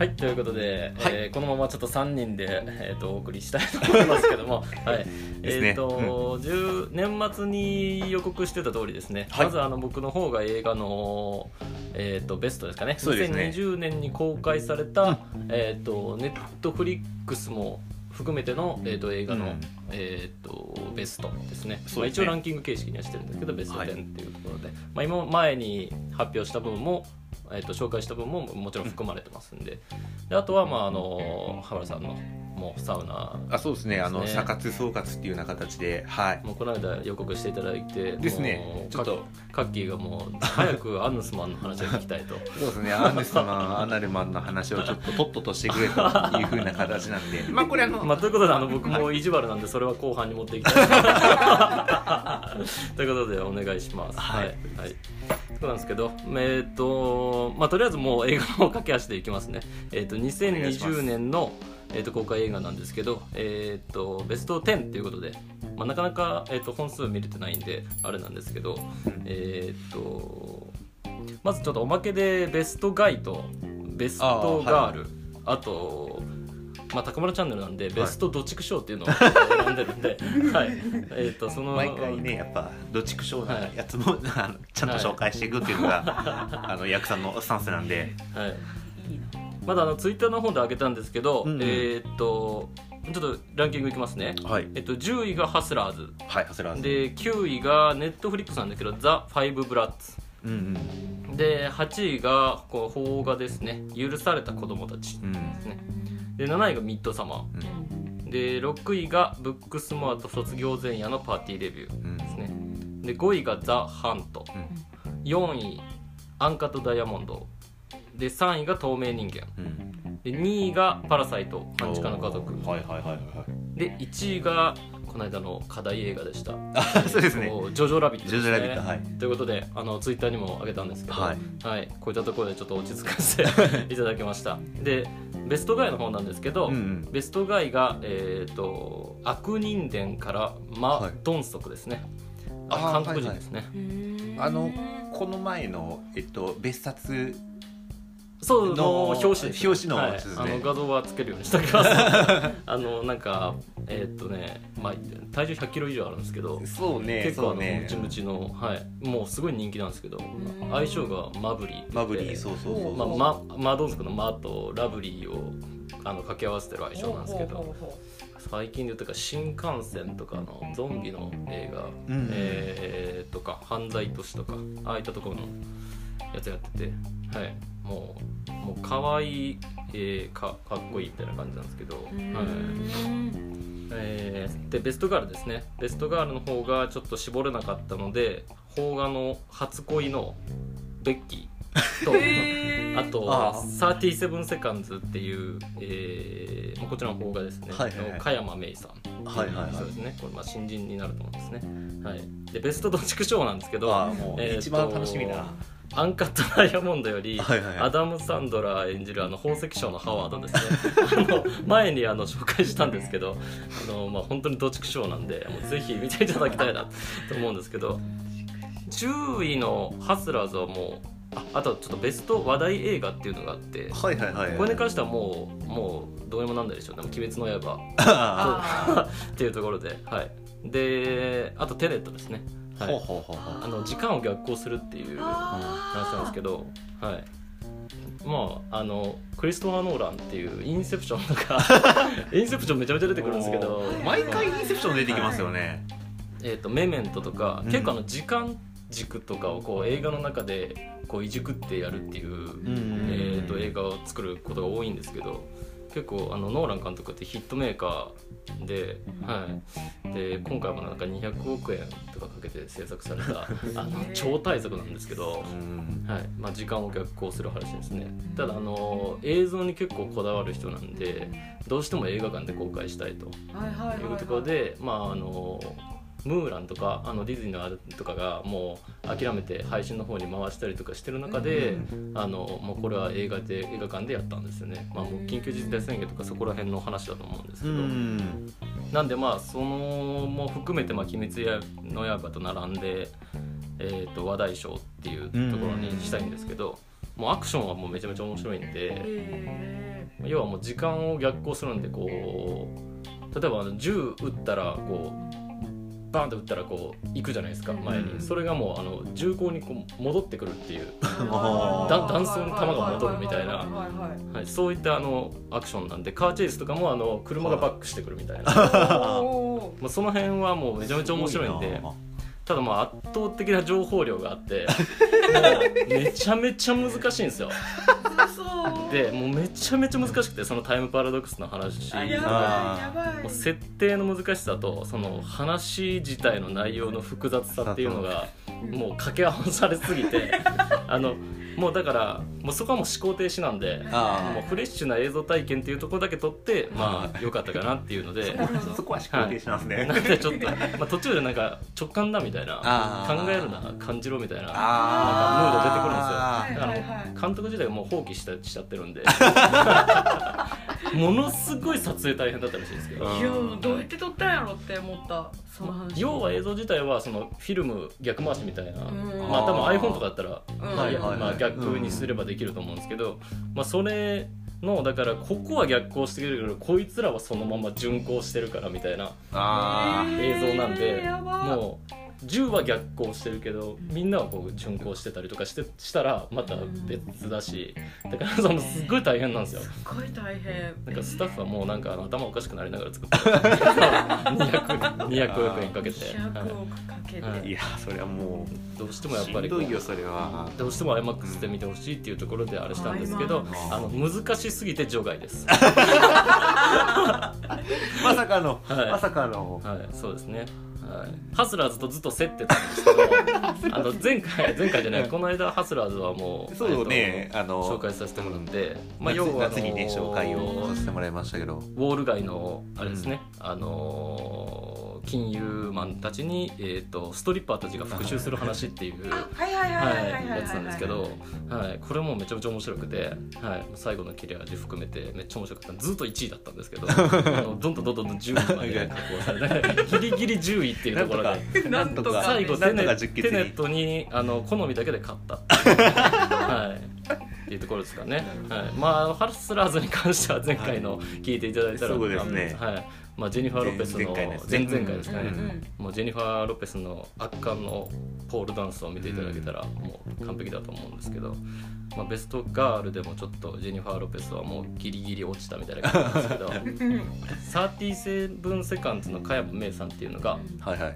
はい、ということで、 はいこのままちょっと3人で、お送りしたいと思いますけども、はい、 ですね年末に予告してた通りですね、 はい、 まず僕の方が映画の、ベストですかね、 そうですね 2020年に公開された、ネットフリックスも含めての、映画の、ベストですね。 そうですね、 一応ランキング形式にはしてるんですけど、ベスト10っていうところで、今前に発表した分も紹介した分ももちろん含まれてますんで、であとは羽原さんのもうサウナ、 そうですね、サ活総括っていうような形で、はい、 もうこの間予告していただいてですね、ちょっとカッキーがもう早くアンヌスマンの話を聞きたいとそうですね、アンヌスマンアナルマンの話をちょっととっととしてくれというふうな形なんでこれということで僕も意地悪なんでそれは後半に持っていきたいということでお願いします。はい、はい、そうなんですけど、とりあえずもう映画の駆け足でいきますね。2020年の公開映画なんですけど、ベスト10ということで、なかなか、本数見れてないんであれなんですけど、まずちょっとおまけでベストガイとベストガール、あと高村チャンネルなんでベストどちくしょうっていうのを選んでるんで、はい、その毎回ねやっぱどちくしょうなやつも、ちゃんと紹介していくっていうのが、役さんのスタンスなんで、 はい、まだツイッターの方で上げたんですけど、ちょっとランキングいきますね。 はい、 10位がハスラーズ、 はい、ハスラーズで9位がネットフリックスなんだけどザ・ファイブ・ブラッツ、で8位が邦画ですね、許された子供たちですね、で7位がミッドサマー、で6位がブックスマート卒業前夜のパーティーレビューですね、で5位がザ・ハント、4位アンカとダイヤモンドで、3位が透明人間、で2位がパラサイト半地下の家族、で1位がこの間の課題映画でした。 そうですね、 ジョジョラビットですね。 ジョジョラビット、はい、 ということでツイッターにも上げたんですけど、はい、こういったところでちょっと落ち着かせていただきました。でベストガイの方なんですけど、ベストガイが、悪人伝からドンソクですね。韓国人ですね。 この前の、別冊の表紙です、 表紙のやつですね。 画像はつけるようにしておきます。なんか体重100キロ以上あるんですけど、 そうね、 結構ムチムチの、もうすごい人気なんですけど、相性がマブリー、 マブリー、そうマドンソクのマとラブリーを掛け合わせてる相性なんですけど、最近で言うと新幹線とかのゾンビの映画、とか犯罪都市とかああいったところのやつやってて、もう可愛い、かっこいいみたいな感じなんですけど、でベストガールですね。ベストガールの方がちょっと絞れなかったので、邦画の初恋のベッキーとあと37セカンズっていう、こちらの邦画ですね、加山芽衣さん、そうですね、これ新人になると思うんですね。でベストどっちくしょうなんですけど、 一番楽しみだな。 アンカットダイヤモンドより、アダム・サンドラー演じる宝石商のハワードですね。前に紹介したんですけど、本当にどっちくしょうなんで、ぜひ見ていただきたいなと思うんですけど、10位のハスラーズはもうあとちょっとベスト話題映画っていうのがあって、これに関してはもうどうにもなんないでしょうね。鬼滅の刃っていうところで、であとテネットですね。時間を逆行するっていう話なんですけど、クリストファー・ノーランっていうインセプションとかインセプションめちゃめちゃ出てくるんですけど、 毎回インセプション出てきますよね。 メメントとか、結構時間軸とかを映画の中でいじくってやるっていう、映画を作ることが多いんですけど、結構ノーラン監督ってヒットメーカーで、で今回もなんか200億円とかかけて制作された超大作なんですけど、時間を逆行する話ですね。ただ映像に結構こだわる人なんで、どうしても映画館で公開したいというところで、ムーランとかディズニーのあるとかがもう諦めて配信の方に回したりとかしてる中で、もうこれは映画館でやったんですよね。もう緊急事態宣言とかそこら辺の話だと思うんですけど、なんでそのも含めて鬼滅の刃と並んで、話題賞っていうところにしたいんですけど、 もうアクションはもうめちゃめちゃ面白いんで、要はもう時間を逆行するんで、こう例えば銃撃ったらこうバーンと撃ったらこう行くじゃないですか前に、それがもう銃口にこう戻ってくるっていう弾装に弾が戻るみたいな、はい、そういったアクションなんで、カーチェイスとかも車がバックしてくるみたいなもうその辺はもうめちゃめちゃ面白いんで、ただまあ圧倒的な情報量があってもうめちゃめちゃ難しいんですよでもうめちゃめちゃ難しくて、そのタイムパラドックスの話、もう設定の難しさとその話自体の内容の複雑さっていうのがもう掛け合わされすぎてもうだからもうそこはもう思考停止なんで、もうフレッシュな映像体験っていうところだけ撮ってまあ良かったかなっていうのでそこは思考停止なんですね、 なんでちょっと、まあ、途中でなんか直感だみたいな考えるな感じろみたいななんかムード出てくるんですよ。だから監督自体がもう放棄しちゃってるんでものすごい撮影大変だったらしいんですけど、 いやどうやって撮ったんやろって思った。その話要は映像自体はそのフィルム逆回しみたいな、まあ多分 iPhone とかだったら、まあ、逆にすればできると思うんですけど、まあ、それのだからここは逆行してるけどこいつらはそのまま順行してるからみたいな映像なんで、もう銃は逆行してるけどみんなはこう順行してたりとかしたらまた別だし、だからそのすっごい大変なんですよ。 すごい大変。 なんかスタッフはもうなんか頭おかしくなりながら作って200億円かけて、 200億かけて、 はい、 いやそれはもうどうしてもやっぱりしんどいよそれは。 どうしても IMAX で見てほしいっていうところであれしたんですけど、難しすぎて除外ですまさかの、 はい、 まさかの、 はい、そうですね。はい、ハスラーズとずっと競ってたんですけど前回じゃない、この間ハスラーズはもうそうね、 紹介させてもらって、まあ、 要は夏にね紹介をさせてもらいましたけど、 ウォール街のあれですね、金融マンたちに、ストリッパーたちが復讐する話っていうやつなんですけど、はい、これもめちゃめちゃ面白くて、はい、最後の切れ味含めてめっちゃ面白かった。ずっと1位だったんですけどどんどん10位まで確保されてギリギリ10位っていうところでなんとか最後テネットに好みだけで勝ったはいっていうところですかね。はい、まあハスラーズに関しては前回の聞いていただいたら、 そうですね、 はい、まあ、ジェニファー・ロペスの前々回ですかね、もうジェニファー・ロペスの圧巻のポールダンスを見ていただけたらもう完璧だと思うんですけど、まあ、ベストガールでもちょっとジェニファー・ロペスはもうギリギリ落ちたみたいな感じなんですけど37セカンズの加山芽衣さんっていうのが、 はいはい、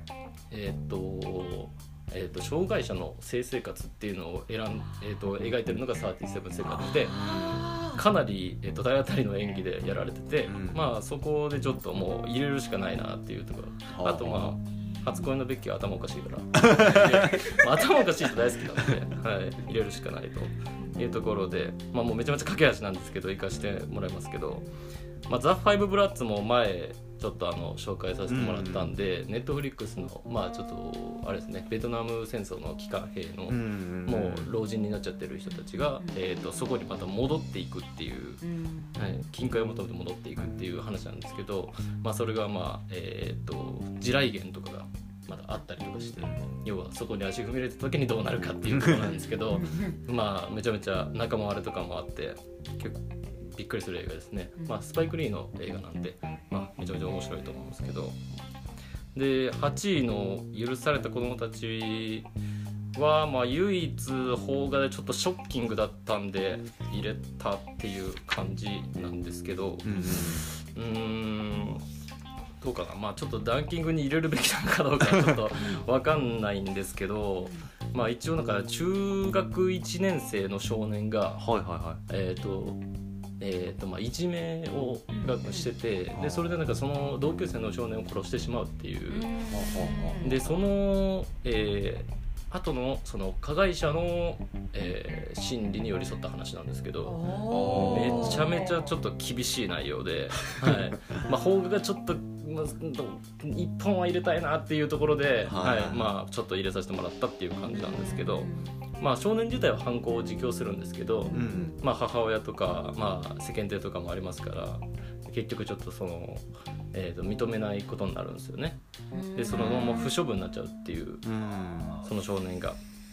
障害者の性生活っていうのを描いてるのが37セカンズで、かなり、体当たりの演技でやられてて、まあそこでちょっともう入れるしかないなっていうところ、あとまあ初恋のベッキーは頭おかしいから頭おかしい人大好きなので、はい、入れるしかないというところで、まあもうめちゃめちゃ駆け足なんですけど行かしてもらいますけど、まあ、ザ・ファイブ・ブラッツも前ちょっと紹介させてもらったんで、ネットフリックスのまあちょっとあれですね、ベトナム戦争の帰還兵のもう老人になっちゃってる人たちが、そこにまた戻っていくっていう、はい、金塊を求めて戻っていくっていう話なんですけど、まあ、それがまあ地雷原とかがまだあったりとかして、要はそこに足踏み入れた時にどうなるかっていうところなんですけどまあめちゃめちゃ仲間割れとかもあって結構びっくりする映画ですね。まあ、スパイク・リーの映画なんで、まあ、めちゃめちゃ面白いと思うんですけど、で8位の許された子供たちは、まあ、唯一邦画でちょっとショッキングだったんで入れたっていう感じなんですけど、どうかな、まあちょっとランキングに入れるべきなのかどうかちょっと分かんないんですけどまあ一応なんか中学1年生の少年が、まあ、いじめをしてて、でそれでなんかその同級生の少年を殺してしまうっていう、でその、後のその加害者の、心理に寄り添った話なんですけど、めちゃめちゃちょっと厳しい内容で、はいまあ、邦画がちょっと一本は入れたいなっていうところで、はいまあ、ちょっと入れさせてもらったっていう感じなんですけど、まあ、少年自体は犯行を自供するんですけど、まあ、母親とか、まあ、世間体とかもありますから結局ちょっとその、認めないことになるんですよね。でそのまま不処分になっちゃうっていう、その少年が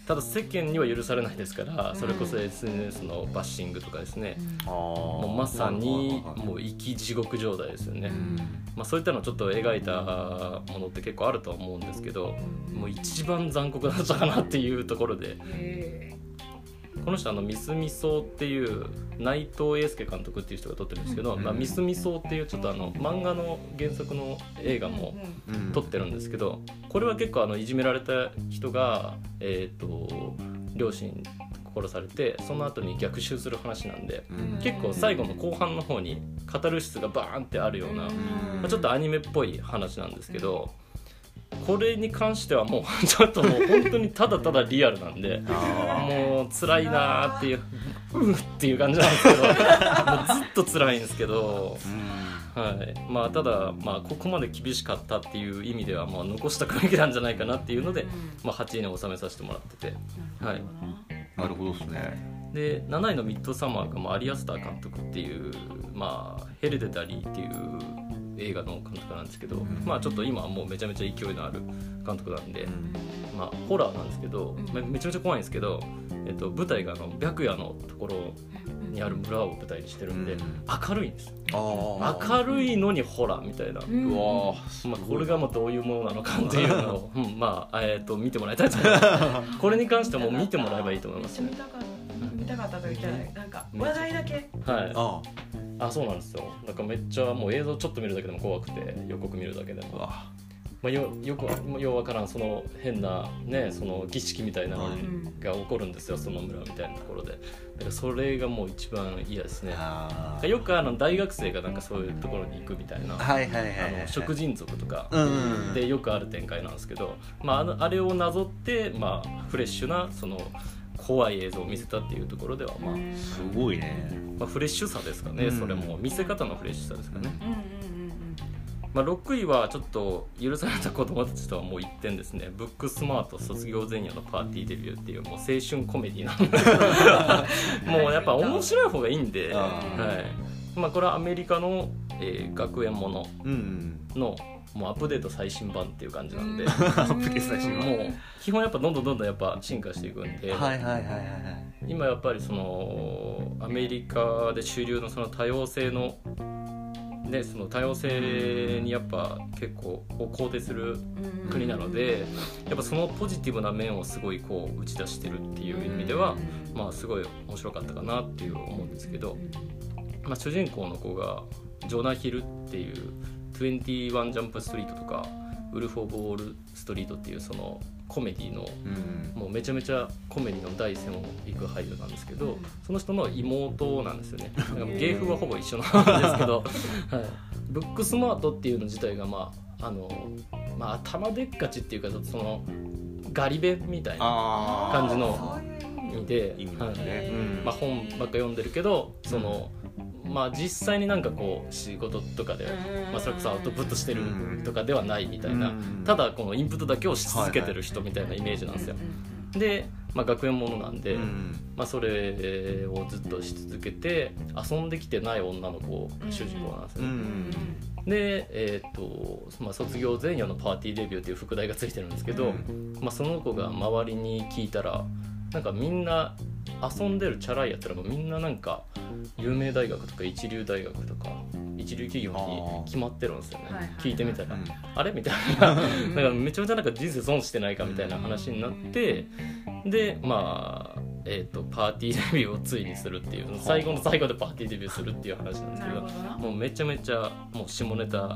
ただ世間には許されないですから、それこそ SNS のバッシングとかですね、もうまさにもう生き地獄状態ですよね、そういったのをちょっと描いたものって結構あるとは思うんですけど、もう一番残酷だったかなっていうところで、この人ミスミソっていう内藤英介監督っていう人が撮ってるんですけど、ミスミソっていうちょっと漫画の原作の映画も撮ってるんですけど、これは結構いじめられた人が両親殺されて、その後に逆襲する話なんで、結構最後の後半の方にカタルシスがバーンってあるような、ちょっとアニメっぽい話なんですけど、これに関してはもうちょっともう本当にただただリアルなんでもう辛いなーっていうっていう感じなんですけどもうずっと辛いんですけど、はい、ただ、ここまで厳しかったっていう意味では残したくべきなんじゃないかなっていうので、8位に収めさせてもらってて、はい、 なるほどですね。 で7位のミッドサマーがアリアスター監督っていう、ヘレデタリーっていう映画の監督なんですけど、ちょっと今はもうめちゃめちゃ勢いのある監督なんで、ホラーなんですけど、めちゃめちゃ怖いんですけど、舞台が白夜のところにある村を舞台にしてるんで、明るいんですよ。明るいのにホラーみたいな、これがどういうものなのかっていうのを、見てもらいたいと思いますこれに関してはもう見てもらえばいいと思います、ね、 見たかったと言ってない、なんか話題だけ、 そうなんですよ。なんかめっちゃもう映像ちょっと見るだけでも怖くて、予告見るだけでもよくわからんその変なね、その儀式みたいなのが起こるんですよ、その村みたいなところで。だからそれがもう一番嫌ですね。よく大学生がなんかそういうところに行くみたいな、食人族とかでよくある展開なんですけど、あれをなぞって、フレッシュなその怖い映像を見せたっていうところではすごいね、 フレッシュさですかね、それも見せ方のフレッシュさですかね。6位はちょっと許された子供たちとはもう一点ですね、ブックスマート卒業前夜のパーティーデビューっていうもう青春コメディなんですけどもうやっぱ面白い方がいいんで、これはアメリカの、学園もののもうアップデート最新版っていう感じなんで、もう基本やっぱどんどんやっぱ進化していくんで、今やっぱりそのアメリカで主流のその多様性のね、その多様性にやっぱ結構肯定する国なので、やっぱそのポジティブな面をすごいこう打ち出してるっていう意味では、すごい面白かったかなっていう思うんですけど、主人公の子がジョナヒルっていう21ジャンプストリートとかウルフ・オブ・ウォール・ストリートっていうそのコメディの、もうめちゃめちゃコメディの第一線を行く俳優なんですけど、その人の妹なんですよね。芸風はほぼ一緒なんですけど、ブックスマートっていうの自体が頭でっかちっていうか、そのガリ弁みたいな感じの意味で、本ばっか読んでるけど、その実際になんかこう仕事とかで、それこそアウトプットしてるとかではないみたいな、ただこのインプットだけをし続けてる人みたいなイメージなんですよ。で、学園ものなんで、それをずっとし続けて遊んできてない女の子主人公なんですよね。で、卒業前夜のパーティーデビューっていう副題がついてるんですけど、その子が周りに聞いたら、なんかみんな遊んでるチャラいやったらみんななんか有名大学とか一流大学とか一流企業に決まってるんですよね。聞いてみたら、あれみたいななんかめちゃめちゃなんか人生損してないかみたいな話になって、でパーティーデビューをついにするっていう、最後の最後でパーティーデビューするっていう話なんですけど、もうめちゃめちゃもう下ネタ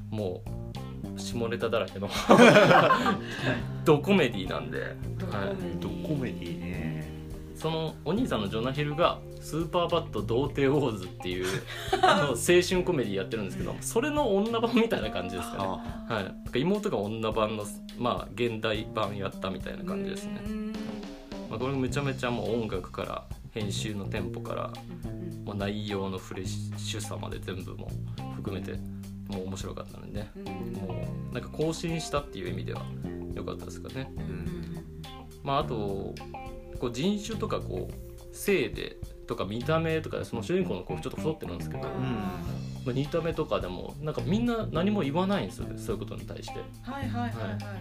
だらけのドコメディなんで、 ドコメディね。 そのお兄さんのジョナヒルがスーパーバット童貞ウォーズっていう青春コメディやってるんですけど、それの女版みたいな感じですかね。妹が女版の現代版やったみたいな感じですね。これめちゃめちゃもう音楽から編集のテンポから、内容のフレッシュさまで全部も含めてもう面白かったのでね、もうなんか更新したっていう意味では良かったですかね。あとこう人種とかこう性でとか見た目とかで、その主人公の子ちょっと太ってるんですけど、見た目とかでもなんかみんな何も言わないんですよね、そういうことに対して。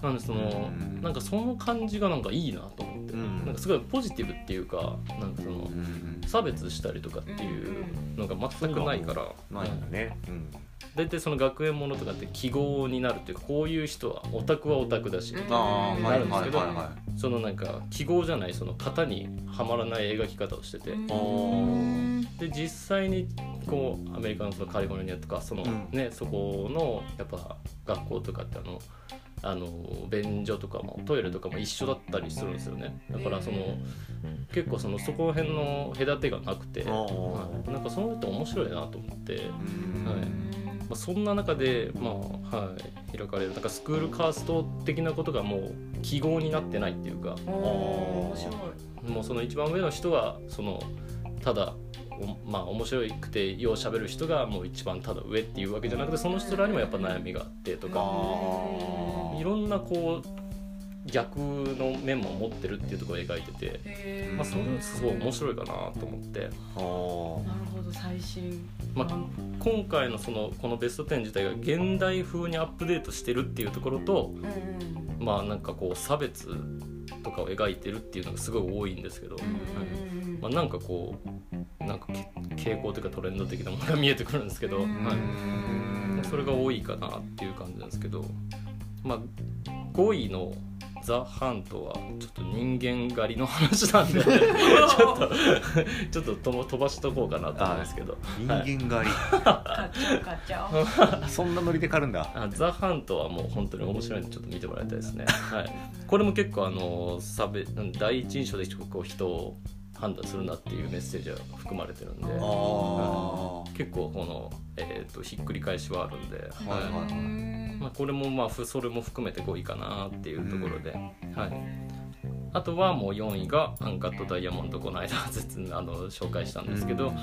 なんでなんかその感じがなんかいいなと思って、なんかすごいポジティブっていうか、なんか差別したりとかっていうのが全くないから、 ないんだね。 大体その学園ものとかって記号になるっていうか、こういう人はオタクはオタクだしなるんですけど、そのなんか記号じゃないその型にはまらない描き方をしてて、で実際にこうアメリカのそのカリフォルニアとかそのね、そこのやっぱ学校とかって便所とかもトイレとかも一緒だったりするんですよね。だから結構そこら辺の隔てがなくて、なんかその人面白いなと思って、そんな中で開かれるなんかスクールカースト的なことがもう記号になってないっていうか、 面白い。 もうその一番上の人はただ面白くてよう喋る人がもう一番ただ上っていうわけじゃなくて、その人らにもやっぱ悩みがあってとか、いろんなこう逆の面も持ってるっていうところを描いてて、それはすごい面白いかなと思って。 なるほど、最新。 今回のこのベスト10自体が現代風にアップデートしてるっていうところと、なんかこう差別とかを描いてるっていうのがすごい多いんですけど、なんかこうなんか傾向というかトレンド的なものが見えてくるんですけど、それが多いかなっていう感じなんですけど、5位のザ・ハントはちょっと人間狩りの話なんでちょっと飛ばしとこうかなと思うんですけど、 人間狩り買っちゃおうそんなノリで狩るんだ。 ザ・ハントはもう本当に面白いんでちょっと見てもらいたいですね。これも結構第一印象でこう人を判断するなっていうメッセージが含まれてるんで、結構ひっくり返しはあるんで、これもそれも含めて5位かなっていうところで、あとはもう4位がアンカットダイヤモンド、この間紹介したんですけど、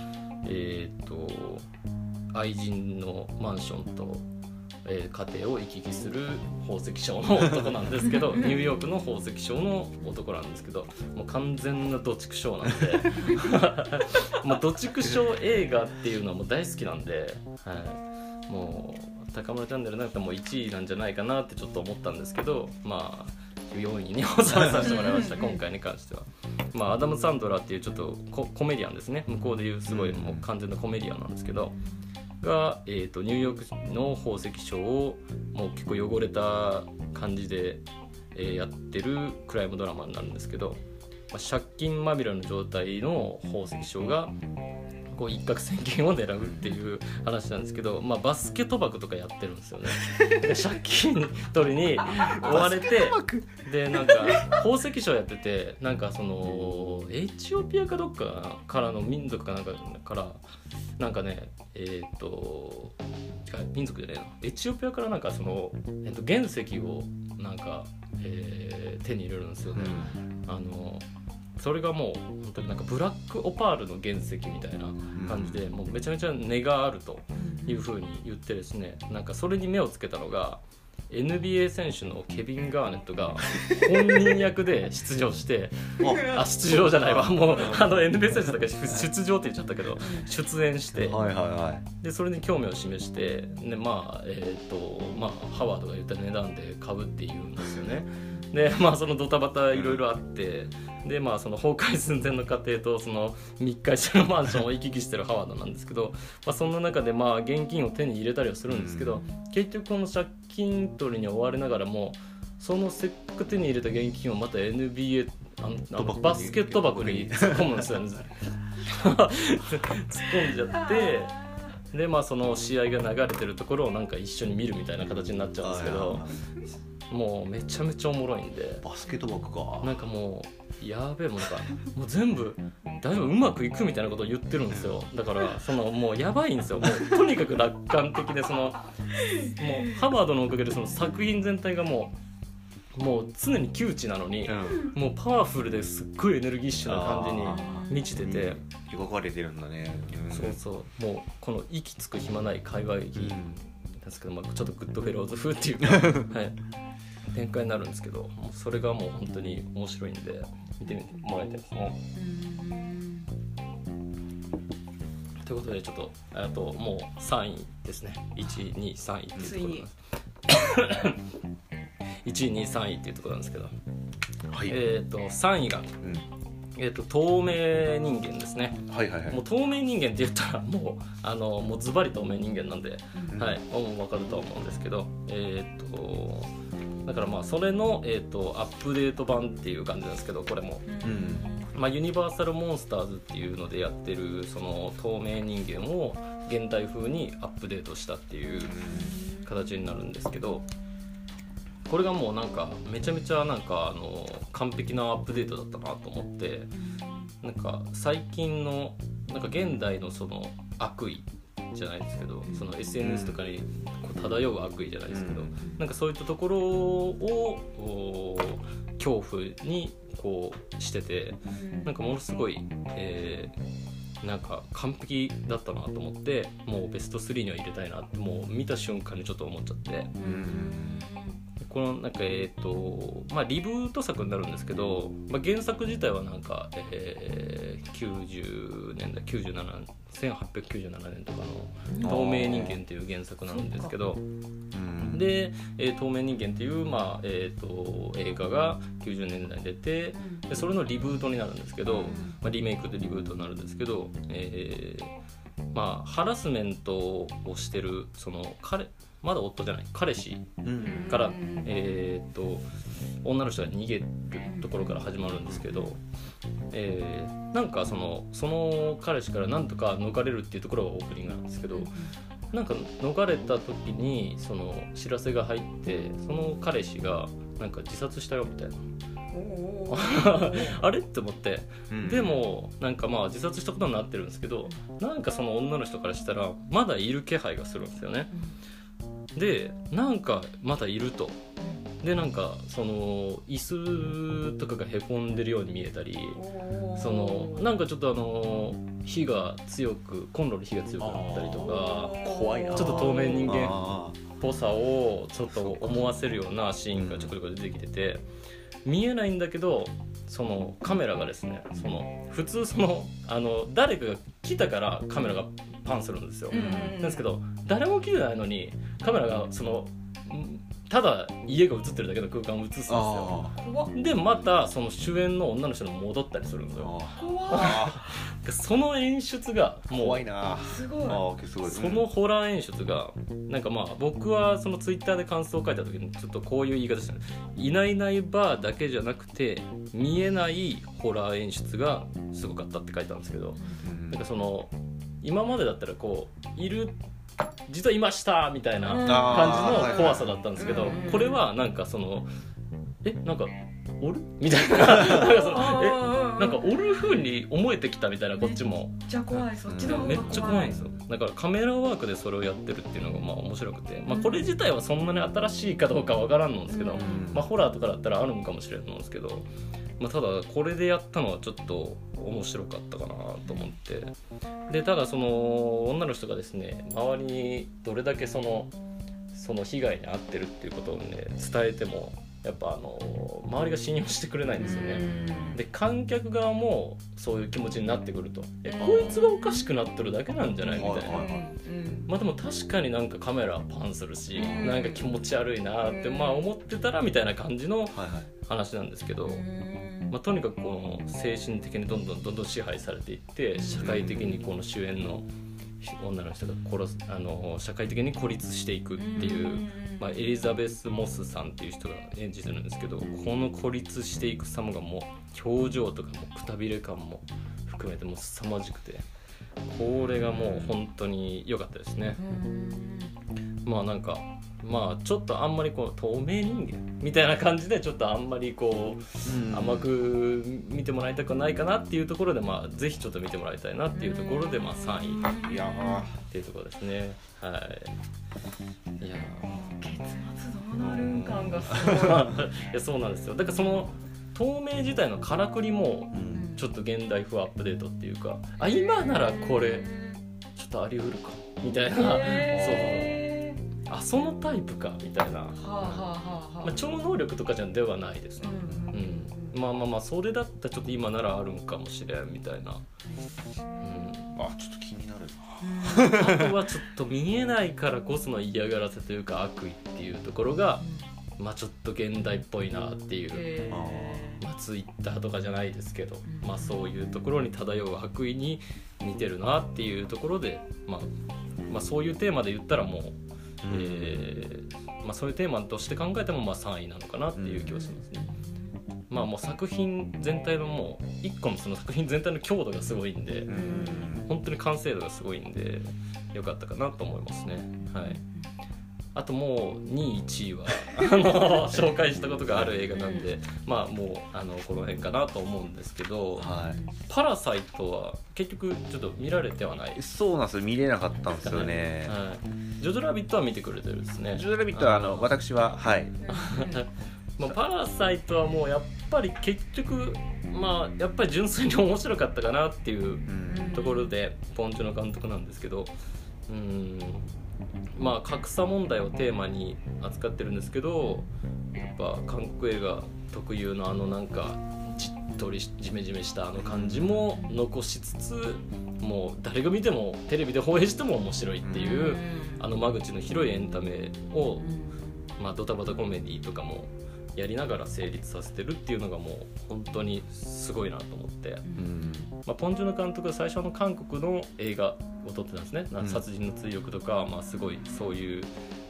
愛人のマンションと家庭を行き来する宝石商の男なんですけどニューヨークの宝石商の男なんですけど、もう完全なド畜生なんでド畜生映画っていうのはもう大好きなんで、もう高村チャンネルなんかもう1位なんじゃないかなってちょっと思ったんですけど、4位に収めさせてもらいました今回に関しては。アダム・サンドラっていうちょっとコメディアンですね、向こうでいうすごいもう完全なコメディアンなんですけどが、ニューヨークの宝石商をもう結構汚れた感じで、やってるクライムドラマになるんですけど、借金まみれの状態の宝石商がこう一攫千金を狙うっていう話なんですけど、バスケ賭博とかやってるんですよね。で借金取りに追われて、でなんか宝石商やってて、なんかエチオピアかどっかからの民族かなんかからなんかね民族じゃねえな、エチオピアからなんか原石をなんか、手に入れるんですよね。それがもう本当になんかブラックオパールの原石みたいな感じで、もうめちゃめちゃ値があるというふうに言ってですね、なんかそれに目をつけたのが NBA 選手のケビン・ガーネットが本人役で出場して出場じゃないわ、もうNBA 選手だから出場って言っちゃったけど出演して、でそれに興味を示して、でハワードが言った値段で買うっていうんですよね。でそのドタバタいろいろあって、でその崩壊寸前の家庭とその密会してるマンションを行き来してるハワードなんですけど、そんな中で現金を手に入れたりはするんですけど、結局この借金取りに追われながらもそのせっかく手に入れた現金をまた NBA バスケット箱に突っ込むんですよね。突っ込んじゃって、でその試合が流れてるところをなんか一緒に見るみたいな形になっちゃうんですけど、もうめちゃめちゃおもろいんで、 バスケットバックか、 なんかもうやべえ、もうなんかもう全部大丈夫、うまくいくみたいなことを言ってるんですよ。だからもうやばいんですよ。もうとにかく楽観的で、もうハワードのおかげでその作品全体がもう常に窮地なのに、もうパワフルですっごいエネルギッシュな感じに満ちてて、 描かれてるんだね。 そうもうこの息つく暇ない会話劇ですけど、ちょっとグッドフェローズ風っていうか、展開になるんですけど、それがもう本当に面白いんで見てもらいたいですね。ということでちょっとあともう3位ですね。1、2、3位っていうところです。 1位2位3位っていうところなんですけど、 はい、 3位が、透明人間ですね。 はいはいはい。 もう透明人間って言ったらもうズバリ透明人間なんで、はい、もう分かるとは思うんですけど、だからまあそれの、アップデート版っていう感じなんですけど、これも、ユニバーサルモンスターズっていうのでやってるその透明人間を現代風にアップデートしたっていう形になるんですけど、これがもうなんかめちゃめちゃなんか完璧なアップデートだったなと思って、なんか最近のなんか現代のその悪意じゃないですけど、その SNS とかにこう漂う悪意じゃないですけど、なんかそういったところを恐怖にこうしてて、なんかものすごい、なんか完璧だったなと思って、もうベスト3には入れたいなってもう見た瞬間にちょっと思っちゃって、このなんかリブート作になるんですけど、原作自体はなんか、90年代1897年とかの透明人間っていう原作なんですけど、で、透明人間っていう、映画が90年代に出て、でそれのリブートになるんですけど、リメイクでリブートになるんですけど、ハラスメントをしてるそのまだ夫じゃない彼氏から、女の人が逃げるところから始まるんですけど、なんかその彼氏からなんとか逃れるっていうところがオープニングなんですけど、なんか逃れた時にその知らせが入って、その彼氏がなんか自殺したよみたいなあれって思って、でもなんか自殺したことになってるんですけど、なんかその女の人からしたらまだいる気配がするんですよね。でなんかまだいると、でなんかその椅子とかがへこんでるように見えたり、そのなんかちょっと火が強くコンロに火が強くなったりとか、 怖いな、 ちょっと透明人間っぽさをちょっと思わせるようなシーンがちょこちょこ出てきてて、見えないんだけど、そのカメラがですね、その普通誰かが来たからカメラがパンするんですよ、なんですけど誰も来てないのにカメラがただ家が映ってるだけの空間を映すんですよ。でまたその主演の女の人に戻ったりするんですよ。その演出がもう怖いな、 すごい。 そのホラー演出がなんか僕はそのツイッターで感想を書いた時にちょっとこういう言い方したね。いないいないバーだけじゃなくて見えないホラー演出がすごかったって書いたんですけど、なんかその今までだったらこういる実はいましたみたいな感じの怖さだったんですけど、これはなんかそのなんかおるみたいななんかおる風に思えてきたみたいな、こっちもめっちゃ怖い、そっちの方が怖い、 めっちゃ怖いんですよ。だからカメラワークでそれをやってるっていうのが面白くて、これ自体はそんなに新しいかどうかわからんのですけど、ホラーとかだったらあるのかもしれないんですけど、ただこれでやったのはちょっと面白かったかなと思って、でただその女の人がですね、周りにどれだけその被害に遭ってるっていうことをね伝えてもやっぱ周りが信用してくれないんですよね。で観客側もそういう気持ちになってくると、こいつがおかしくなってるだけなんじゃないみたいな、でも確かになんかカメラはパンするし、なんか気持ち悪いなって思ってたらみたいな感じの話なんですけど、とにかくこの精神的にどんどん支配されていって、社会的にこの主演の女の人が社会的に孤立していくっていう、エリザベス・モスさんっていう人が演じてるんですけど、この孤立していく様がもう表情とかもくたびれ感も含めてもう凄まじくて、これがもう本当に良かったですね。なんかちょっとあんまりこう透明人間みたいな感じでちょっとあんまりこう甘く見てもらいたくないかなっていうところで、ぜひちょっと見てもらいたいなっていうところで3位っていうところですね。はい。いや結末どうなるん感がすごい。 いやそうなんですよ。だからその透明自体のからくりもちょっと現代風アップデートっていうか、今ならこれちょっとあり得るかみたいな、そのタイプかみたいな、超能力とかではないですね。それだったらちょっと今ならあるんかもしれんみたいな、 ちょっと気になるな。 あとはちょっと見えないからこその嫌がらせというか悪意っていうところがまあちょっと現代っぽいなっていう、まあ、ツイッターとかじゃないですけど、まあ、そういうところに漂う悪意に似てるなっていうところで、まあそういうテーマで言ったらもう、まあ、そういうテーマとして考えてもまあ3位なのかなっていう気がしますね。まあもう作品全体のもう一個のその作品全体の強度がすごいんで、本当に完成度がすごいんで良かったかなと思いますね。はい。あともう2位1位は紹介したことがある映画なんで、まあもうこの辺かなと思うんですけど、 はい、 パラサイトは結局ちょっと見られてはない。 そうなんですよ、見れなかったんですよね。 はい、ジョジョラビットは見てくれてるんですね。 ジョジョラビットは私ははいまあ、パラサイトはもうやっぱり結局まあやっぱり純粋に面白かったかなっていうところでポンチョの監督なんですけど、まあ格差問題をテーマに扱ってるんですけど、やっぱ韓国映画特有のなんかじっとりジメジメした感じも残しつつ、もう誰が見てもテレビで放映しても面白いっていう間口の広いエンタメを、まあ、ドタバタコメディとかもやりながら成立させてるっていうのがもう本当にすごいなと思って、まあ、ポン・ジュノ監督は最初韓国の映画を撮ってたんですね。殺人の追憶とか、まあ、すごいそういう、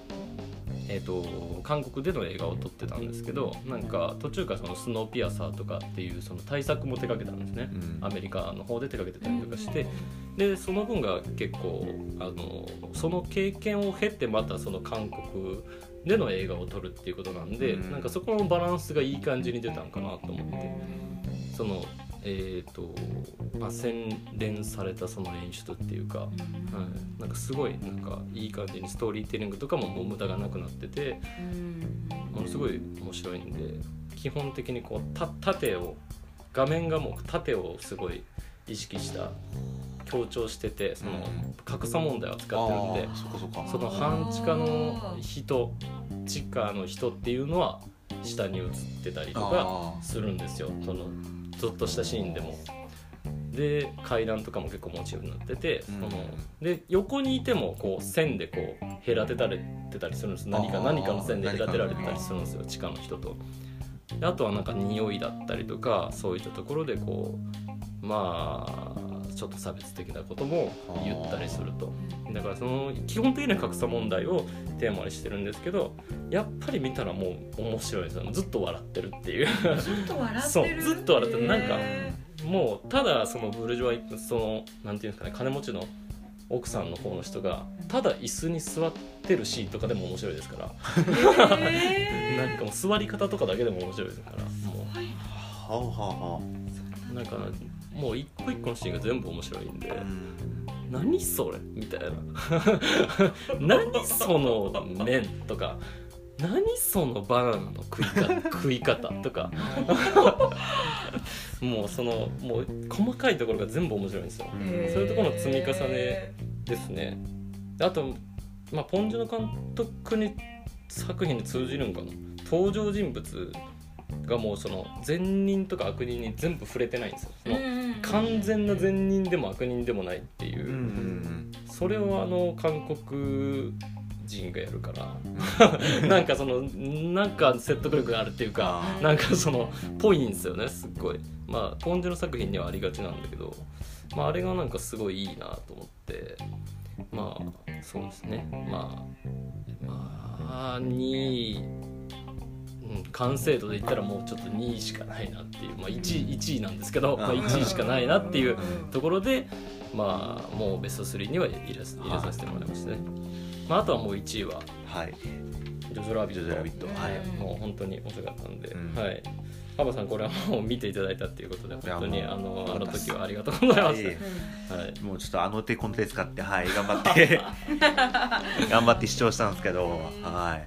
韓国での映画を撮ってたんですけど、なんか途中からそのスノーピアサーとかっていうその大作も手掛けたんですね、アメリカの方で手掛けてたりとかして、でその分が結構その経験を経てまたその韓国での映画を撮るっていうことなんで、なんかそこのバランスがいい感じに出たんかなと思って、そのまあ、洗練されたその演出っていうか、はい、なんかすごいなんかいい感じにストーリーテリングとかももう無駄がなくなってて、ものすごい面白いんで、基本的にこう縦を画面がもう縦をすごい意識した強調してて、その格差問題を扱ってるんで、その半地下の人、地下の人っていうのは下に映ってたりとかするんですよ、そのちょっとしたシーンでも。で階段とかも結構モチーフになってて、で横にいてもこう線でこう隔てられてたりするんです。何かの線で隔てられてたりするんですよ、地下の人と。であとはなんか匂いだったりとか、そういったところでこうまあちょっと差別的なことも言ったりすると。だからその基本的な格差問題をテーマにしてるんですけど、やっぱり見たらもう面白いですよ。ずっと笑ってるっていうずっと笑ってるそうずっと笑ってる。なんかもうただそのブルジョワ、そのなんていうんですかね、金持ちの奥さんの方の人がただ椅子に座ってるシーンとかでも面白いですから、なんかもう座り方とかだけでも面白いですから、もうなんかもう一個一個のシーンが全部面白いんで、何それみたいな何その麺とか、何そのバナナの食い方とかもうそのもう細かいところが全部面白いんですよ。そういうところの積み重ねですね。あと、まあ、ポン・ジュノ監督に作品に通じるんかな、登場人物がもうその善人とか悪人に全部触れてないんですよ。その完全な善人でも悪人でもないっていう、それを韓国人がやるからなんかそのなんか説得力があるっていうか、なんかそのぽいんですよね、すっごい。まあポン・ジュノ作品にはありがちなんだけど、まあ、あれがなんかすごいいいなと思って、まあそうですね、まあ2位、完成度で言ったらもうちょっと2位しかないなっていう、まあ、1位なんですけど、まあ、1位しかないなっていうところで、まあもうベスト3には入れさせてもらいましたね。まあ、あとはもう1位は、はい、ジョジョラビット、はい、もう本当に面白かったんで、はい、パパさんこれはもう見ていただいたっていうことで本当にあの時はありがとうございます、 はい、もうちょっと手コンテ使って、はい、頑張って視聴したんですけど、はい、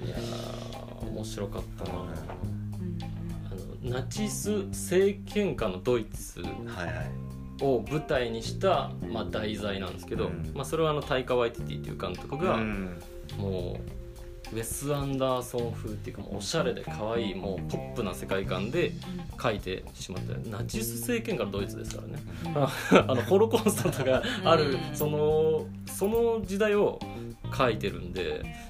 いや面白かったな。ナチス政権下のドイツを舞台にした、まあ、題材なんですけど、まあ、それはタイカ・ワイティティっていう監督が、もうウェス・アンダーソン風っていうか、もうおしゃれで可愛いもうポップな世界観で描いてしまった。ナチス政権下のドイツですからねホロコーストがあるその時代を描いてるんで、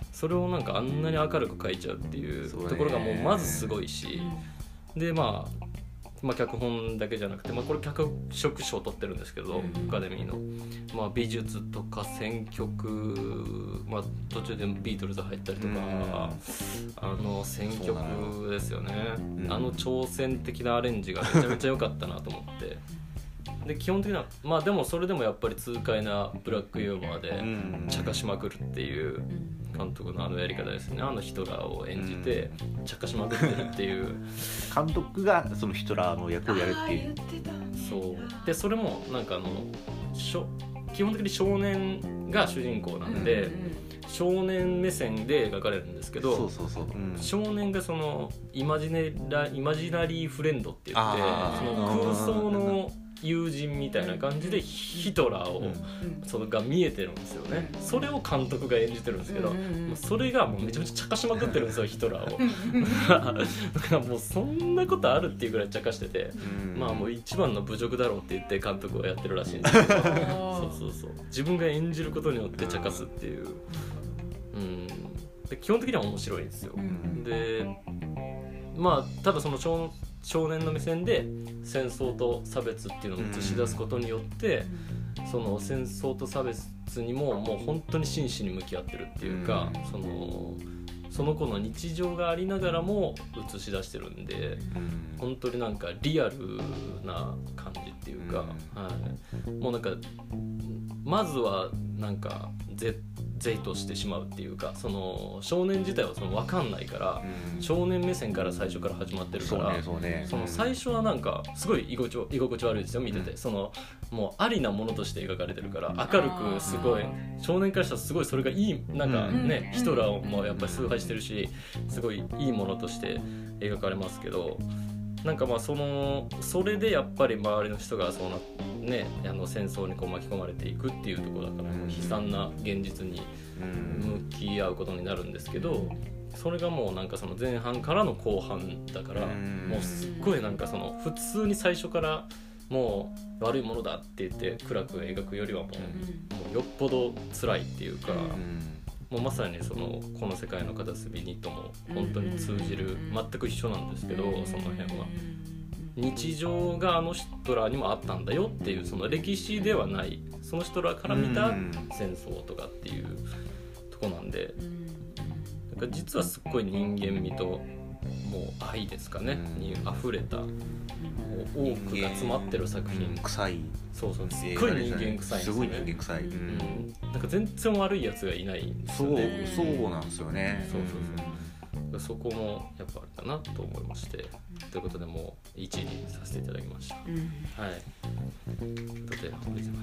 それをなんかあんなに明るく描いちゃうっていうところがもうまずすごいし、でまあ脚本だけじゃなくて、これ脚色賞を取ってるんですけど、アカデミーの、美術とか選曲、途中でビートルズ入ったりとか、選曲ですよね、挑戦的なアレンジがめちゃめちゃ良かったなと思ってで基本的なでもそれでもやっぱり痛快なブラックユーモアで茶化しまくるっていう監督のやり方ですね。ヒトラーを演じて茶化しまくってるっていう監督がそのヒトラーの役をやるっていう。 そうでそれもなんか基本的に少年が主人公なんで、少年目線で描かれるんですけど、少年がそのイマジナリーフレンドって言って、その空想の友人みたいな感じでヒトラーを、が見えてるんですよね。それを監督が演じてるんですけど、それがもうめちゃめちゃ茶化しまくってるんですよヒトラーをだからもうそんなことあるっていうぐらい茶化してて、もう一番の侮辱だろうって言って監督はやってるらしいんですけどそう自分が演じることによって茶化すっていう、で基本的には面白いんですよ。でただその少年の目線で戦争と差別っていうのを映し出すことによって、その戦争と差別にもう本当に真摯に向き合ってるっていうか、その子の日常がありながらも映し出してるんで、本当になんかリアルな感じっていうか、もうなんかまずはなんかゼイとしてしまうっていうか、その少年自体は分かんないから、少年目線から最初から始まってるから、その最初はなんかすごい居心地悪いですよ見てて、もうありなものとして描かれてるから、明るくすごい少年からしたらすごいそれがいい、なんかね、ヒトラーもやっぱり崇拝してるし、すごいいいものとして描かれますけど、なんかそれでやっぱり周りの人がそうなね、戦争に巻き込まれていくっていうところだから、悲惨な現実に向き合うことになるんですけど、それがもうなんかその前半からの後半だから、もうすっごいなんかその普通に最初からもう悪いものだって言って暗く描くよりはもうよっぽど辛いっていうか、もうまさにこの世界の片隅にとも本当に通じる、全く一緒なんですけど、その辺は日常がヒトラーにもあったんだよっていう、その歴史ではないそのヒトラーから見た戦争とかっていうとこなんで、だから実はすっごい人間味ともう愛ですかねに溢れた、多くが詰まってる作品。 臭い、 そうすっごい人間臭いんですね。 すごい人間臭い、 なんか全然悪いやつがいないんですよね。 そうなんですよね。 そこもやっぱあれだなと思いまして、ということでもう1位にさせていただきました。はい。ということでおめでとうございます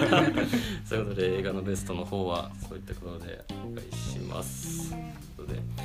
。ということで映画のベストの方はそういったことでお願いします。ということで。